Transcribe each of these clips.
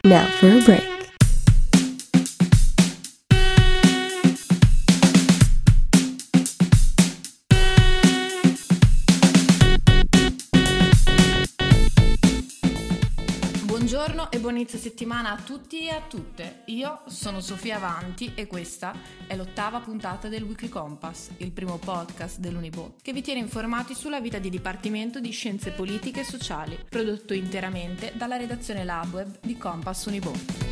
Now for a break. Buongiorno e buon inizio settimana a tutti e a tutte. Io sono Sofia Avanti e questa è l'8ª puntata del Weekly Compass, il primo podcast dell'Unibo che vi tiene informati sulla vita di Dipartimento di Scienze Politiche e Sociali, prodotto interamente dalla redazione LabWeb di Compass Unibo.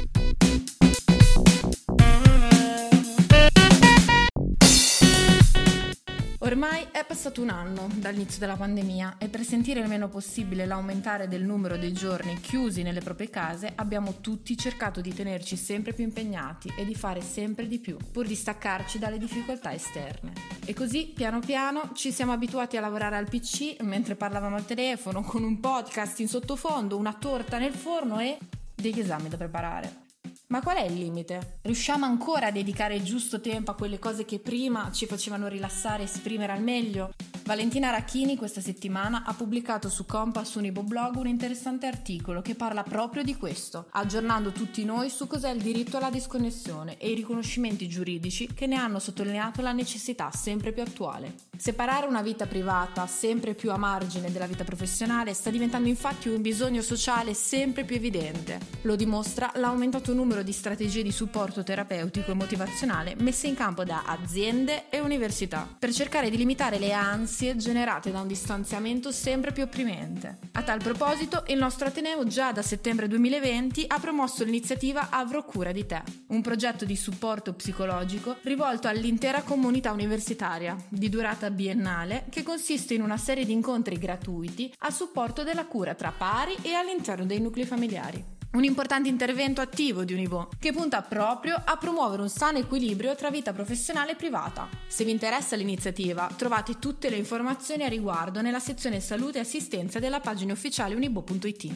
Ormai è passato un anno dall'inizio della pandemia e per sentire il meno possibile l'aumentare del numero dei giorni chiusi nelle proprie case abbiamo tutti cercato di tenerci sempre più impegnati e di fare sempre di più, pur di staccarci dalle difficoltà esterne. E così, piano piano, ci siamo abituati a lavorare al PC mentre parlavamo al telefono, con un podcast in sottofondo, una torta nel forno e degli esami da preparare. Ma qual è il limite? Riusciamo ancora a dedicare il giusto tempo a quelle cose che prima ci facevano rilassare e esprimere al meglio? Valentina Racchini questa settimana ha pubblicato su Compass Unibo Blog un interessante articolo che parla proprio di questo, aggiornando tutti noi su cos'è il diritto alla disconnessione e i riconoscimenti giuridici che ne hanno sottolineato la necessità sempre più attuale. Separare una vita privata sempre più a margine della vita professionale sta diventando infatti un bisogno sociale sempre più evidente. Lo dimostra l'aumentato numero di strategie di supporto terapeutico e motivazionale messe in campo da aziende e università per cercare di limitare le ansie generate da un distanziamento sempre più opprimente. A tal proposito, il nostro Ateneo già da settembre 2020 ha promosso l'iniziativa Avrò cura di te, un progetto di supporto psicologico rivolto all'intera comunità universitaria, di durata biennale, che consiste in una serie di incontri gratuiti a supporto della cura tra pari e all'interno dei nuclei familiari. Un importante intervento attivo di Unibo che punta proprio a promuovere un sano equilibrio tra vita professionale e privata. Se vi interessa l'iniziativa, trovate tutte le informazioni a riguardo nella sezione salute e assistenza della pagina ufficiale unibo.it.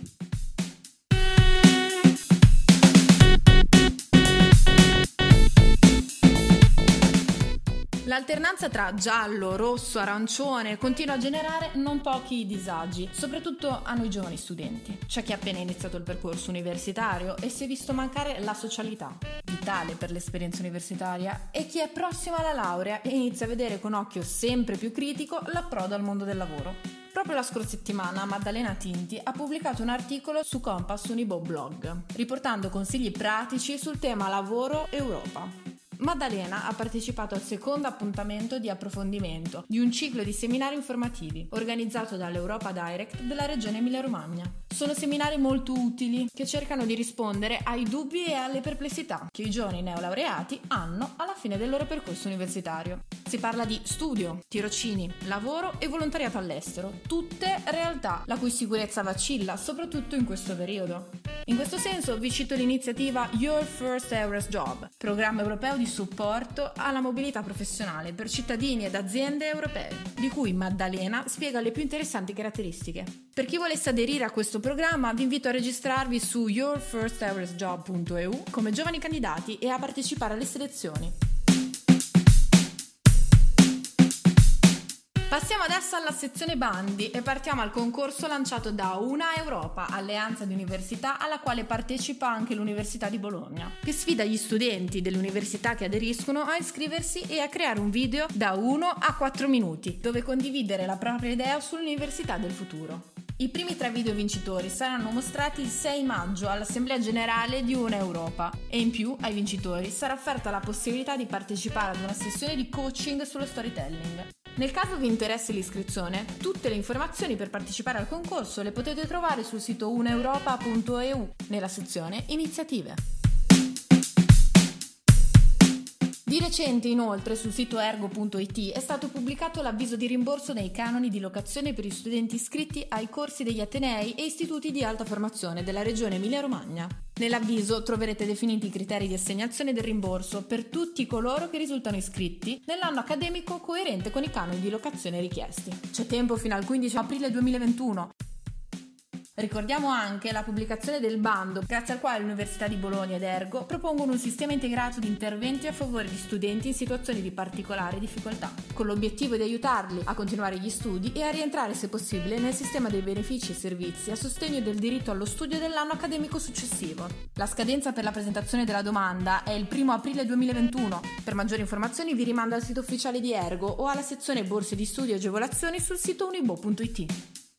L'alternanza tra giallo, rosso, arancione continua a generare non pochi disagi, soprattutto a noi giovani studenti. C'è chi ha appena iniziato il percorso universitario e si è visto mancare la socialità, vitale per l'esperienza universitaria, e chi è prossimo alla laurea e inizia a vedere con occhio sempre più critico l'approdo al mondo del lavoro. Proprio la scorsa settimana Maddalena Tinti ha pubblicato un articolo su Compass Unibo Blog, riportando consigli pratici sul tema lavoro Europa. Maddalena ha partecipato al secondo appuntamento di approfondimento di un ciclo di seminari informativi organizzato dall'Europa Direct della regione Emilia-Romagna. Sono seminari molto utili che cercano di rispondere ai dubbi e alle perplessità che i giovani neolaureati hanno alla fine del loro percorso universitario. Si parla di studio, tirocini, lavoro e volontariato all'estero, tutte realtà la cui sicurezza vacilla, soprattutto in questo periodo. In questo senso vi cito l'iniziativa Your First Ever Job, programma europeo di supporto alla mobilità professionale per cittadini ed aziende europee, di cui Maddalena spiega le più interessanti caratteristiche. Per chi volesse aderire a questo programma vi invito a registrarvi su yourfirsteversjob.eu come giovani candidati e a partecipare alle selezioni. Passiamo adesso alla sezione bandi e partiamo al concorso lanciato da Una Europa, alleanza di università alla quale partecipa anche l'Università di Bologna, che sfida gli studenti delle università che aderiscono a iscriversi e a creare un video da 1 a 4 minuti, dove condividere la propria idea sull'università del futuro. I primi 3 video vincitori saranno mostrati il 6 maggio all'Assemblea Generale di Una Europa e in più ai vincitori sarà offerta la possibilità di partecipare ad una sessione di coaching sullo storytelling. Nel caso vi interessi l'iscrizione, tutte le informazioni per partecipare al concorso le potete trovare sul sito unaeuropa.eu nella sezione Iniziative. Di recente, inoltre, sul sito ergo.it è stato pubblicato l'avviso di rimborso dei canoni di locazione per gli studenti iscritti ai corsi degli atenei e istituti di alta formazione della regione Emilia-Romagna. Nell'avviso troverete definiti i criteri di assegnazione del rimborso per tutti coloro che risultano iscritti nell'anno accademico coerente con i canoni di locazione richiesti. C'è tempo fino al 15 aprile 2021. Ricordiamo anche la pubblicazione del bando, grazie al quale l'Università di Bologna ed Ergo propongono un sistema integrato di interventi a favore di studenti in situazioni di particolare difficoltà, con l'obiettivo di aiutarli a continuare gli studi e a rientrare, se possibile, nel sistema dei benefici e servizi a sostegno del diritto allo studio dell'anno accademico successivo. La scadenza per la presentazione della domanda è il 1 aprile 2021. Per maggiori informazioni vi rimando al sito ufficiale di Ergo o alla sezione borse di studio e agevolazioni sul sito unibo.it.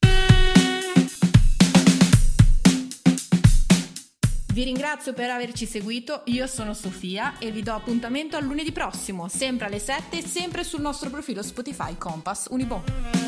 Vi ringrazio per averci seguito, io sono Sofia e vi do appuntamento a lunedì prossimo, sempre alle 7 e sempre sul nostro profilo Spotify Compass Unibo.